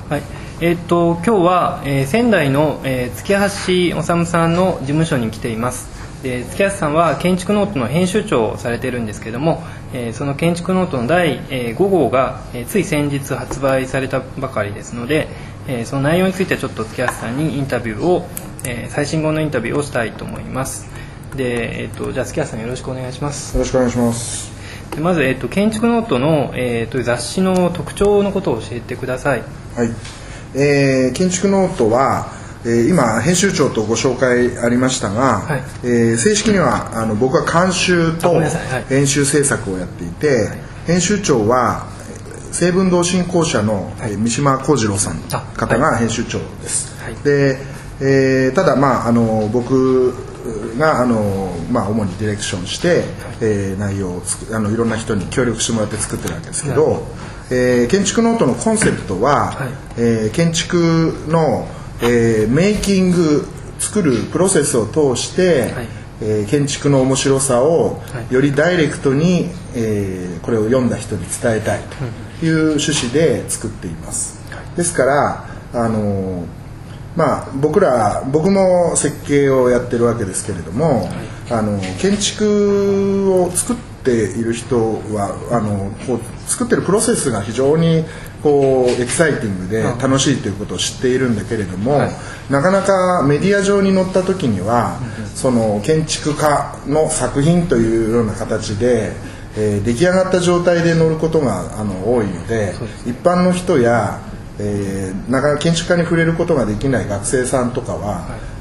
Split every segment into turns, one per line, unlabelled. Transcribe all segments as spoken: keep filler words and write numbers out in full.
はい、えー、と今日は、えー、仙台の、えー、月橋治さんの事務所に来ています。で月橋さんは建築ノートの編集長をされているんですけれども、えー、その建築ノートのだいご号が、えー、つい先日発売されたばかりですので、えー、その内容についてちょっと月橋さんにインタビューを、えー、最新号のインタビューをしたいと思います。で、えー、とじゃあ月橋さんよろしくお願いします。
よろしくお願いします。
でまず、えー、と建築ノートの、えー、という雑誌の特徴のことを教えてください。
はい、えー、建築ノートは、えー、今編集長とご紹介ありましたが、はい、えー、正式にはあの僕は監修と編集制作をやっていて、はい、編集長は成文堂振興社の、はい、三島幸次郎さん方が編集長です。はい、で、えー、ただ、まあ、あの僕があの、まあ、主にディレクションして、えー、内容をつくあのいろんな人に協力してもらって作ってるわけですけど、えー、建築ノートのコンセプトは、はい、えー、建築のえー、メイキング作るプロセスを通して、はい、えー、建築の面白さをよりダイレクトに、えー、これを読んだ人に伝えたいという趣旨で作っています。ですからあのーまあ、僕ら僕も設計をやってるわけですけれども、はい、あの建築を作っている人はあのこう作ってるプロセスが非常にこうエキサイティングで楽しいということを知っているんだけれども、はい、なかなかメディア上に載った時には、うん、その建築家の作品というような形で、えー、出来上がった状態で載ることがあの多いので、一般の人やえー、なかなか建築家に触れることができない学生さんとかは、はい、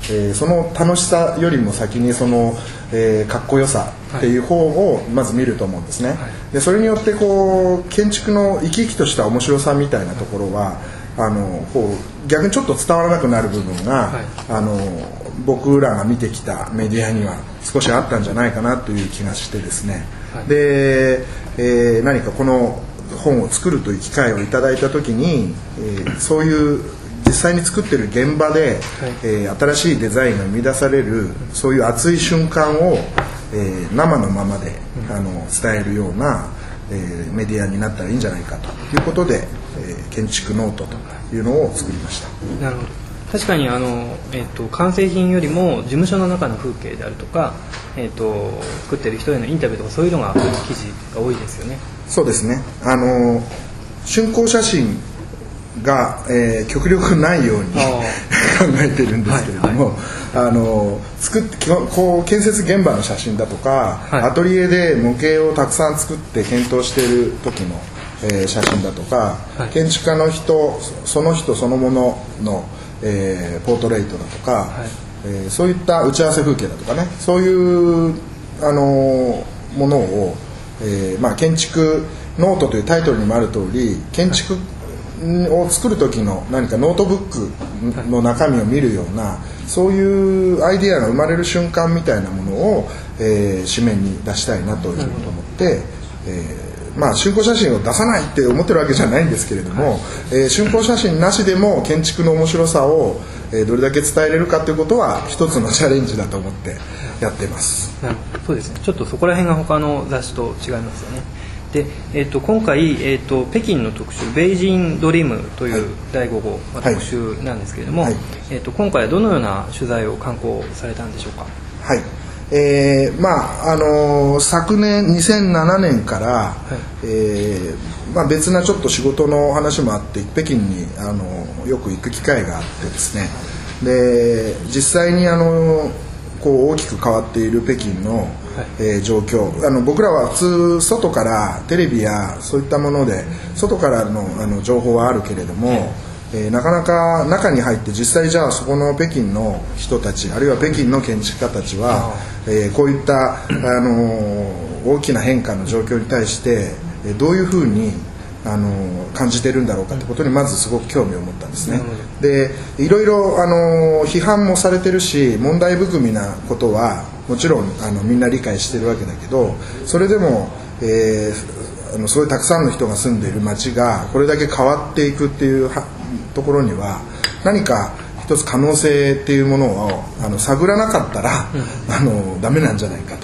えー、その楽しさよりも先にその、えー、かっこよさっていう方をまず見ると思うんですね。はい、でそれによってこう建築の生き生きとした面白さみたいなところは、あのこう逆にちょっと伝わらなくなる部分が、はい、あの僕らが見てきたメディアには少しあったんじゃないかなという気がしてですね。はい、で、えー、何かこの本を作るという機会をいただいた時に、えー、そういう実際に作ってる現場で、はい、えー、新しいデザインが生み出されるそういう熱い瞬間を、えー、生のままで、うん、あの伝えるような、えー、メディアになったらいいんじゃないかということで、えー、建築ノートというのを作りました。
なるほど。確かにあの、えー、と完成品よりも事務所の中の風景であるとか、えー、と作ってる人へのインタビューとかそういうのが記事が多いですよね。
そうですね。あの竣工写真が、えー、極力ないように考えてるんですけれども、はいはい、あの作ってこう建設現場の写真だとか、はい、アトリエで模型をたくさん作って検討している時の、えー、写真だとか、はい、建築家の人その人そのものの、えー、ポートレートだとか、はい、えー、そういった打ち合わせ風景だとかね、そういうあのものをえーまあ、建築ノートというタイトルにもある通り、建築を作る時の何かノートブックの中身を見るような、そういうアイデアが生まれる瞬間みたいなものを、えー、紙面に出したいなというふうに思って、えーまあ、竣工写真を出さないって思ってるわけじゃないんですけれども、えー、竣工写真なしでも建築の面白さを、えー、どれだけ伝えれるかということは一つのチャレンジだと思ってやってます。
そうですね。ちょっとそこら辺が他の雑誌と違いますよね。で、えー、と今回、えー、と北京の特集ベイジンドリームというだいご号、はい、特集なんですけれども、はい、えー、と今回はどのような取材を刊行されたんでしょうか。
はい、えーまああのー、昨年にせんななねんから、はい、えーまあ、別なちょっと仕事の話もあって北京に、あのー、よく行く機会があってですね、で実際に、あのー、こう大きく変わっている北京の、はい、えー、状況、あの僕らは普通外からテレビやそういったもので外からの、あの情報はあるけれども、はい、えー、なかなか中に入って実際じゃあそこの北京の人たちあるいは北京の建築家たちは、えー、こういった、あのー、大きな変化の状況に対して、えー、どういうふうにあの感じてるんだろうかということにまずすごく興味を持ったんですね。でいろいろあの批判もされてるし問題含みなことはもちろんあのみんな理解してるわけだけど、それでも、えー、あのすごいたくさんの人が住んでいる街がこれだけ変わっていくっていうところには何か一つ可能性っていうものをあの探らなかったら、うん、あのダメなんじゃないかと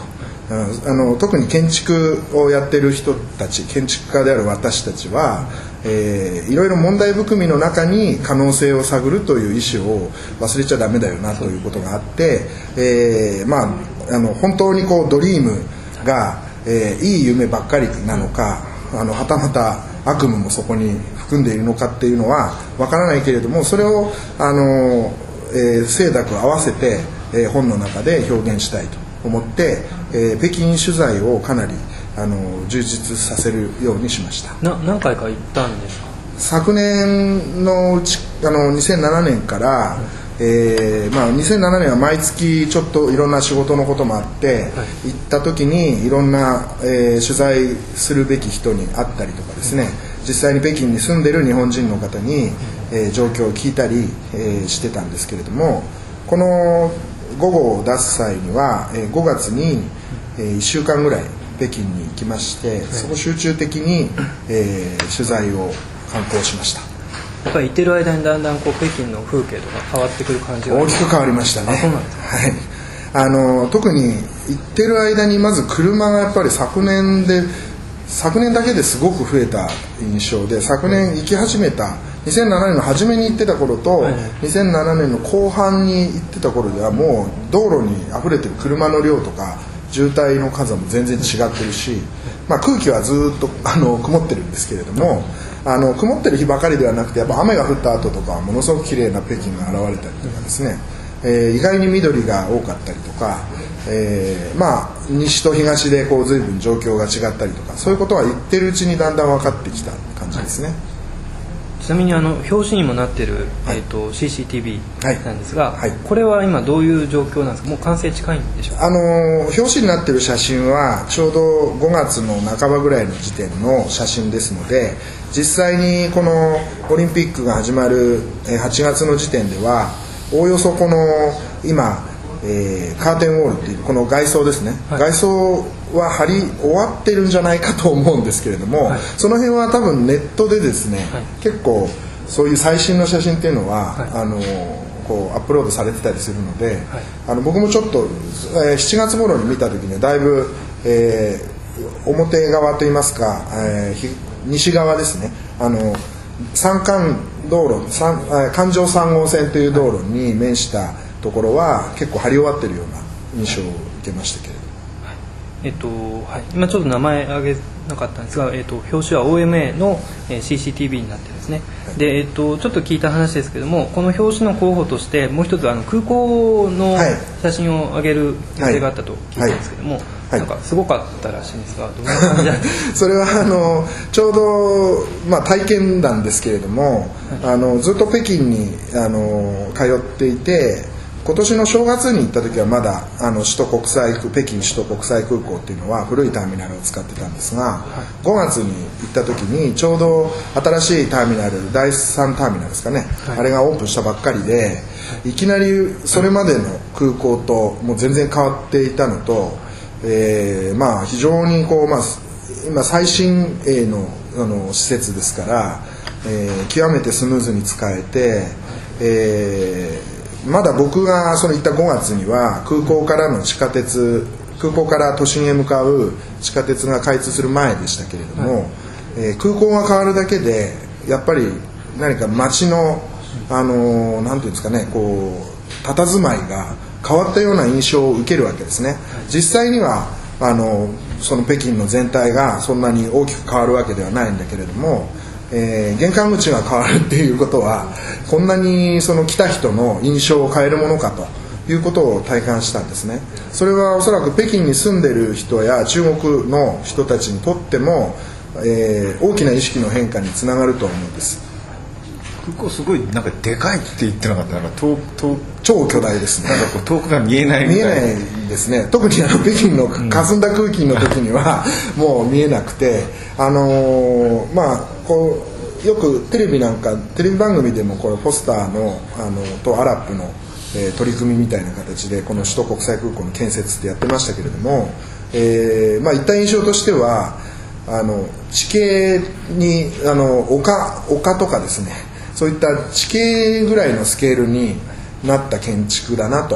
あの特に建築をやってる人たち、建築家である私たちは、えー、いろいろ問題含みの中に可能性を探るという意思を忘れちゃダメだよなということがあって、えーまあ、あの本当にこうドリームが、えー、いい夢ばっかりなのか、あのはたまた悪夢もそこに含んでいるのかっていうのはわからないけれども、それをあの、えー、清濁合わせて、えー、本の中で表現したいと思って、えー、北京取材をかなりあの充実させるようにしました。
な何回か行ったんですか？
昨年のうちあのにせんななねんから、うんえーまあ、にせんななねんは毎月ちょっといろんな仕事のこともあって、はい、行った時にいろんな、えー、取材するべき人に会ったりとかですね、うん、実際に北京に住んでる日本人の方に、うんえー、状況を聞いたり、えー、してたんですけれども、この午後を出す際には、えー、ごがつに、えー、いっしゅうかんぐらい北京に行きまして、そこ集中的に、えー、取材を敢行しました。
やっぱり行ってる間にだんだんこう北京の風景とか変わってくる感じが
大きく変わりましたね。
あ、そうなんですか。
はい、あの特に行ってる間にまず車がやっぱり昨年で昨年だけですごく増えた印象で、昨年行き始めたにせんななねんの初めに行ってた頃と、はい、にせんななねんの後半に行ってた頃ではもう道路に溢れてる車の量とか渋滞の数も全然違ってるし、まあ、空気はずっとあの曇ってるんですけれども、あの曇ってる日ばかりではなくて、やっぱ雨が降った後とかはものすごく綺麗な北京が現れたりとかですね、えー、意外に緑が多かったりとか、えー、まあ西と東でこう随分状況が違ったりとか、そういうことは言ってるうちにだんだん分かってきた感じですね。はい、
ちなみにあの表紙にもなってる、はいえー、と シーシーティービー なんですが、
はいはい、
これは今どういう状況なんですか？もう完成近いんでしょうか？
あの表紙になってる写真はちょうどごがつの半ばぐらいの時点の写真ですので、実際にこのオリンピックが始まるはちがつの時点ではおおよそこの今、えー、カーテンウォールっていうこの外装ですね、はい、外装は貼り終わってるんじゃないかと思うんですけれども、はい、その辺は多分ネットでですね、はい、結構そういう最新の写真っていうのは、はい、あのこうアップロードされてたりするので、はい、あの僕もちょっと、えー、しちがつ頃に見た時にだいぶ、えー、表側といいますか、えー、西側ですね、あの山間道路環状さん号線という道路に面したところは結構張り終わってるような印象を受けましたけれど、
はいえっとはい、今ちょっと名前挙げなかったんですが、えっと、表紙は オーエムエー の シーシーティービー になってるんですね。はい、でえっと、ちょっと聞いた話ですけども、この表紙の候補としてもう一つあの空港の写真を上げる予定があったと聞いたんですけども、はいはいはい、なんかすごかったらしいんですが、どんな感じだったんですか？
それはあのちょうど、まあ、体験談ですけれども、はい、あのずっと北京にあの通っていて、今年の正月に行った時はまだあの首都国際北京首都国際空港っていうのは古いターミナルを使ってたんですが、はい、ごがつに行った時にちょうど新しいターミナルだいさんターミナルですかね、はい、あれがオープンしたばっかりで、いきなりそれまでの空港ともう全然変わっていたのと、えーまあ、非常にこう、まあ、今最新鋭 の, あの施設ですから、えー、極めてスムーズに使えて、えー、まだ僕がその行ったごがつには空港からの地下鉄空港から都心へ向かう地下鉄が開通する前でしたけれども、はいえー、空港が変わるだけでやっぱり何か街の、あのー、なんていうんですかね、こう佇まいが変わったような印象を受けるわけですね。実際にはあのその北京の全体がそんなに大きく変わるわけではないんだけれども、えー、玄関口が変わるっていうことはこんなにその来た人の印象を変えるものかということを体感したんですね。それはおそらく北京に住んでる人や中国の人たちにとっても、えー、大きな意識の変化につながると思うんです。
空港すごいなんかでかいって言ってなかった？なんか遠遠
超巨大ですね。
なんかこう遠くが見えないみたいな。
見えないですね。特にあの北京の霞んだ空気の時にはもう見えなくて、あのー、まあこうよくテレビなんかテレビ番組でもこれポスターのあのとアラップの、えー、取り組みみたいな形でこの首都国際空港の建設ってやってましたけれども、えー、まあ一体印象としてはあの地形にあの丘丘とかですね。そういった地形ぐらいのスケールになった建築だなと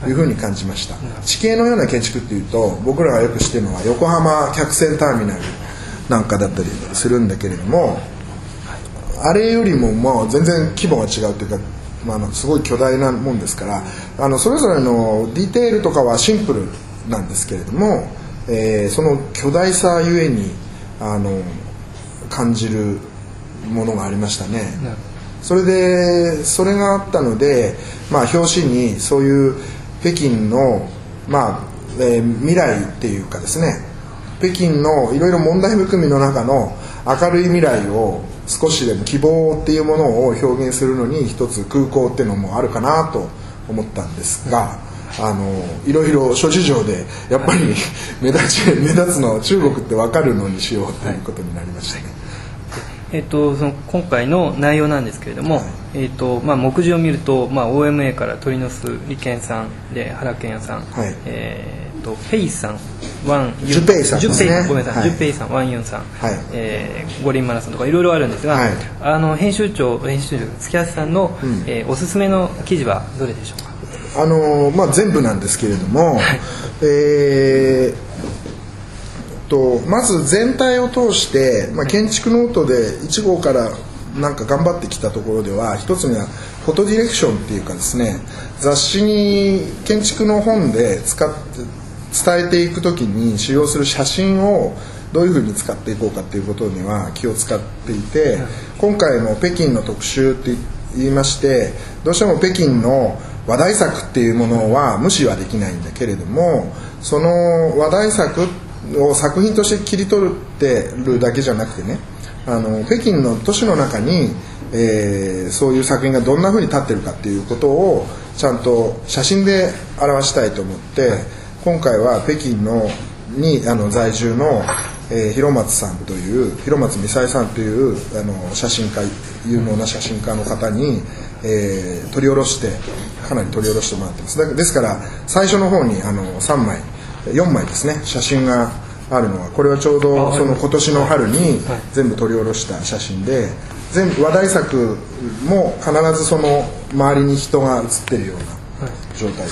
いうふうに感じました。地形のような建築っていうと僕らがよく知ってるのは横浜客船ターミナルなんかだったりするんだけれども、あれよりもまあ全然規模が違うというか、まあ、あのすごい巨大なもんですから、あのそれぞれのディテールとかはシンプルなんですけれども、えー、その巨大さゆえにあの感じるものがありましたね。それでそれがあったので、まあ、表紙にそういう北京の、まあえー、未来っていうかですね、北京のいろいろ問題含みの中の明るい未来を少しでも希望っていうものを表現するのに一つ空港っていうのもあるかなと思ったんですが、あのいろいろ諸事情でやっぱり目立ち目立つのは中国って分かるのにしようということになりましたね。
えー、とその今回の内容なんですけれども、はい、えーとまあ、目次を見ると、まあ、オーエムエー から鳥の巣利健さんで原健也さん、はい、えー、とペイさんワンユン
ジュペイさんですね、
ごめんなさい、はい、ジュペイさんワンユンさん、はい、えー、五輪マラソンとかいろいろあるんですが、はい、あの編集長編集長月橋さんの、うん、えー、おすすめの記事はどれでしょうか。
あのーまあ、全部なんですけれども、はい、えーとまず全体を通して、まあ、建築ノートでいち号からなんか頑張ってきたところでは、一つにはフォトディレクションっていうかですね、雑誌に建築の本で使って伝えていくときに使用する写真をどういうふうに使っていこうかっていうことには気を使っていて、今回の北京の特集って言いまして、どうしても北京の話題作っていうものは無視はできないんだけれども、その話題作を作品として切り取ってるだけじゃなくてね、あの北京の都市の中に、えー、そういう作品がどんな風に立ってるかっていうことをちゃんと写真で表したいと思って、今回は北京のにあの在住の、えー、広松さんという広松美沙さんというあの写真家有能な写真家の方に、えー、取り下ろしてかなり取り下ろしてもらってます。だですから最初の方にあのさんまいよんまいですね、写真があるのは、これはちょうどその今年の春に全部撮り下ろした写真で、全部話題作も必ずその周りに人が写ってるような状態です。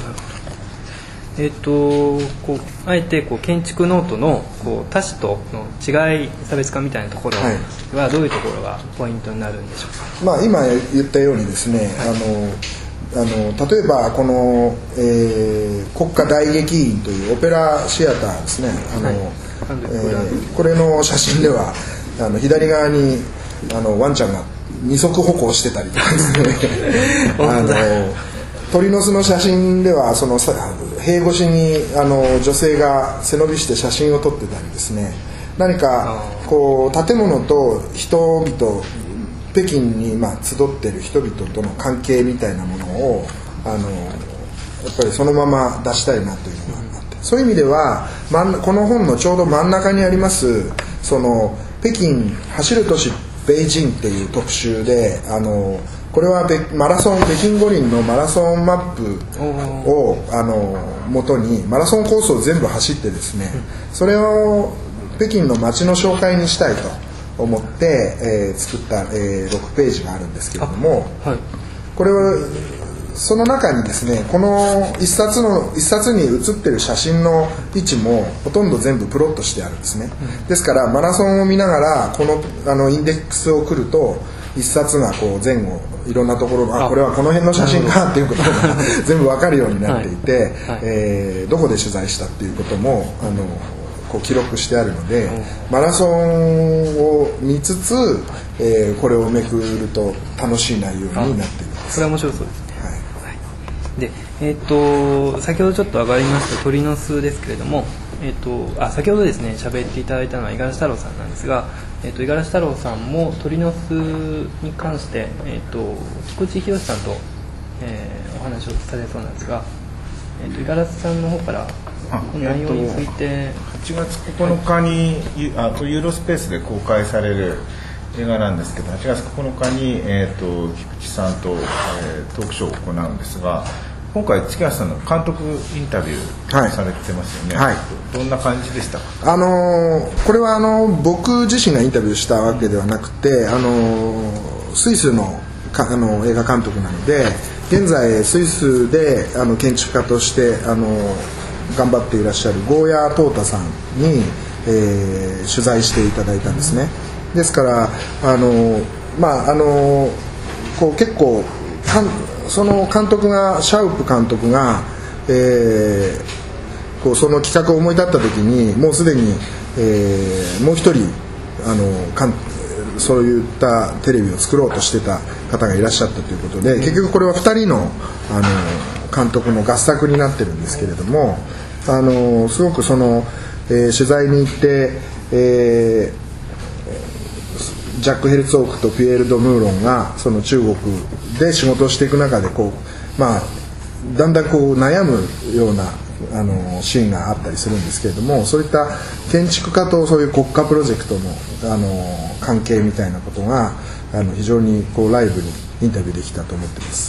えー、とこうあえてこう建築ノートのこう他紙との違い、差別化みたいなところはどういうところがポイントになるんでしょうか。
まあ、今言ったようにですね、あのあの例えばこの、えー、国家大劇院というオペラシアターですね、あの、はい、えー、これの写真ではあの左側にあのワンちゃんが二足歩行してたりとかですねあの鳥の巣の写真ではその塀越しにあの女性が背伸びして写真を撮ってたりですね、何かこう建物と人々、北京にまあ集っている人々との関係みたいなものをあのやっぱりそのまま出したいなというのがあって、そういう意味ではこの本のちょうど真ん中にありますその北京走る都市北京っていう特集で、あのこれはマラソン北京五輪のマラソンマップをあの元にマラソンコースを全部走ってですね、それを北京の街の紹介にしたいと思って、えー、作った、えー、ろくページがあるんですけれども、はい、これはその中にですね、この一冊の一冊に写ってる写真の位置もほとんど全部プロットしてあるんですね、うん、ですからマラソンを見ながらこの、あのインデックスを来ると一冊がこう前後いろんなところ、あ、これはこの辺の写真かっていうことが全部分かるようになっていて、はいはい、えー、どこで取材したっていうこともあのこう記録してあるので、マラソンを見つつ、えー、これをめくると楽しい内容になっています。
それは面白そうですね。はいはい、で、えー、と先ほどちょっと上がりました鳥の巣ですけれども、えー、とあ先ほどですね喋っていただいたのは五十嵐太郎さんなんですが、えー、と五十嵐太郎さんも鳥の巣に関して、えー、と菊池博さんと、えー、お話をされそうなんですが、えー、と五十嵐さんの方から内容について、
えっと、はちがつここのかに、はい、あユーロスペースで公開される映画なんですけど、はちがつここのかに、えー、と菊池さんと、えー、トークショーを行うんですが、今回月橋さんの監督インタビューされてますよね、はいはい、どんな感じでしたか。
あのー、これはあの僕自身がインタビューしたわけではなくて、あのー、スイスのかあの映画監督なので、現在スイスであの建築家としてあの頑張っていらっしゃるゴーヤー・トータさんに、えー、取材していただいたんですね。ですからあの、まあ、あのこう結構かんその監督がシャウプ監督が、えー、こうその企画を思い立った時にもうすでに、えー、もう一人あのかんそういったテレビを作ろうとしてた方がいらっしゃったということで、結局これはふたりの、あの監督の合作になってるんですけれども、あのすごくその、えー、取材に行って、えー、ジャック・ヘルツォークとピエール・ド・ムーロンがその中国で仕事をしていく中でこう、まあ、だんだんこう悩むようなあのシーンがあったりするんですけれども、そういった建築家とそういう国家プロジェクトの、あの関係みたいなことがあの非常にこうライブにインタビューできたと思っています。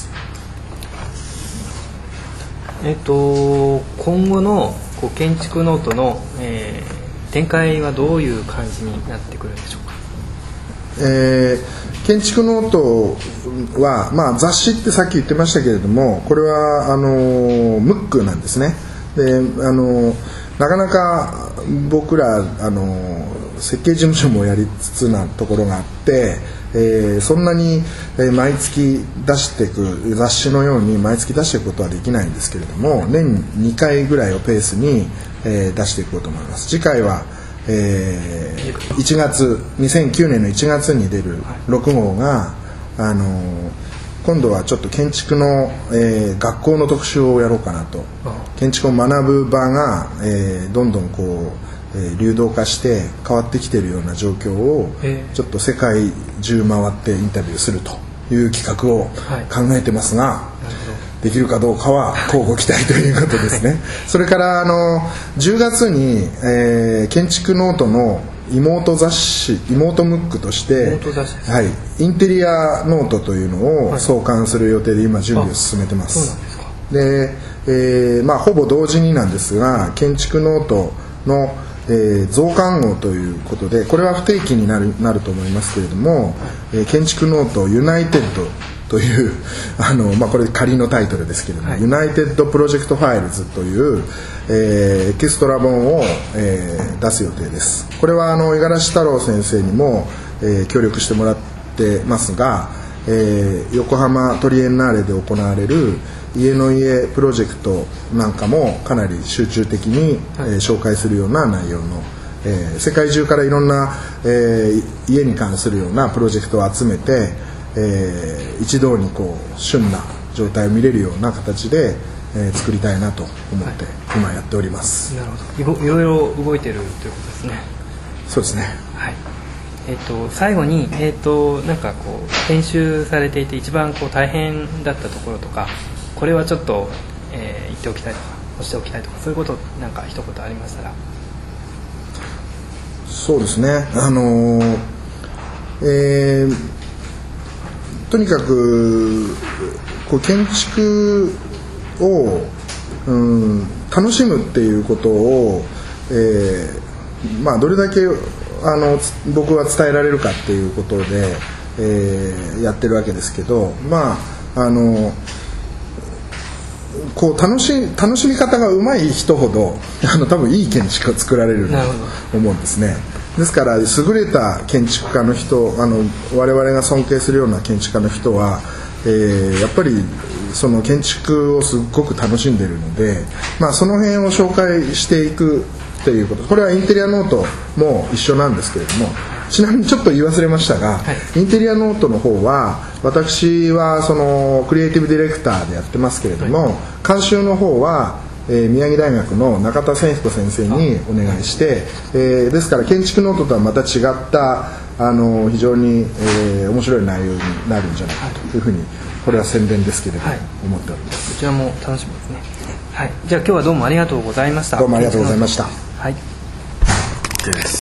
えっと、今後のこう建築ノートの、えー、展開はどういう感じになってくるんでしょうか。
えー、建築ノートは、まあ、雑誌ってさっき言ってましたけれども、これはあのムックなんですね。であのなかなか僕らあの設計事務所もやりつつなところがあって、えー、そんなに、えー、毎月出していく雑誌のように毎月出していくことはできないんですけれども、年ににかいぐらいをペースに、えー、出していこうと思います。次回は、えー、いちがつにせんきゅうねんのいちがつに出るろくごうが、あのー、今度はちょっと建築の、えー、学校の特集をやろうかなと。建築を学ぶ場が、えー、どんどんこう、えー、流動化して変わってきているような状況をちょっと世界中回ってインタビューするという企画を考えてますが、はい、できるかどうかは乞うご期待ということですね。それからあのじゅうがつに、えー、建築ノートの妹雑誌妹ムックとして、はい、インテリアノートというのを創刊する予定で今準備を進めてます。そうなんですか。で、えーまあ、ほぼ同時になんですが建築ノートの、えー、増刊号ということで、これは不定期になる、なると思いますけれども、えー、建築ノートユナイテッドというあの、まあ、これ仮のタイトルですけれども、はい、ユナイテッドプロジェクトファイルズという、えー、エキストラ本を、えー、出す予定です。これはあの五十嵐太郎先生にも、えー、協力してもらってますが、えー、横浜トリエンナーレで行われる家の家プロジェクトなんかもかなり集中的に、はい、えー、紹介するような内容の、えー、世界中からいろんな、えー、家に関するようなプロジェクトを集めて、えー、一堂にこう旬な状態を見れるような形で、えー、作りたいなと思って今やっております。
なるほど。いろいろ動いてるということですね。
そうですね。
はい。えー、と最後に、えー、となんかこう編集されていて一番こう大変だったところとか、これはちょっと、えー、言っておきたいとか押しておきたいとか、そういうことなんか一言ありましたら。
そうですね。あのーえー、とにかくこう建築を、うん、楽しむっていうことを、えーまあ、どれだけあの僕は伝えられるかっていうことで、えー、やってるわけですけど、まああのこう楽し楽しみ方が上手い人ほどあの多分いい建築を作られると思うんですね。ですから優れた建築家の人、あの我々が尊敬するような建築家の人は、えー、やっぱりその建築をすっごく楽しんでいるので、まあ、その辺を紹介していくということ、これはインテリアノートも一緒なんですけれども、ちなみにちょっと言い忘れましたが、はい、インテリアノートの方は私はそのクリエイティブディレクターでやってますけれども、はい、監修の方は、えー、宮城大学の中田千彦先生にお願いして、えー、ですから建築ノートとはまた違ったあの非常に、えー、面白い内容になるんじゃないかというふうに、これは宣伝ですけれども、はい、思っております。
こちらも楽しみですね。はい、じゃあ今日はどうもありがとうございました。
どうもありがとうございました。
はい。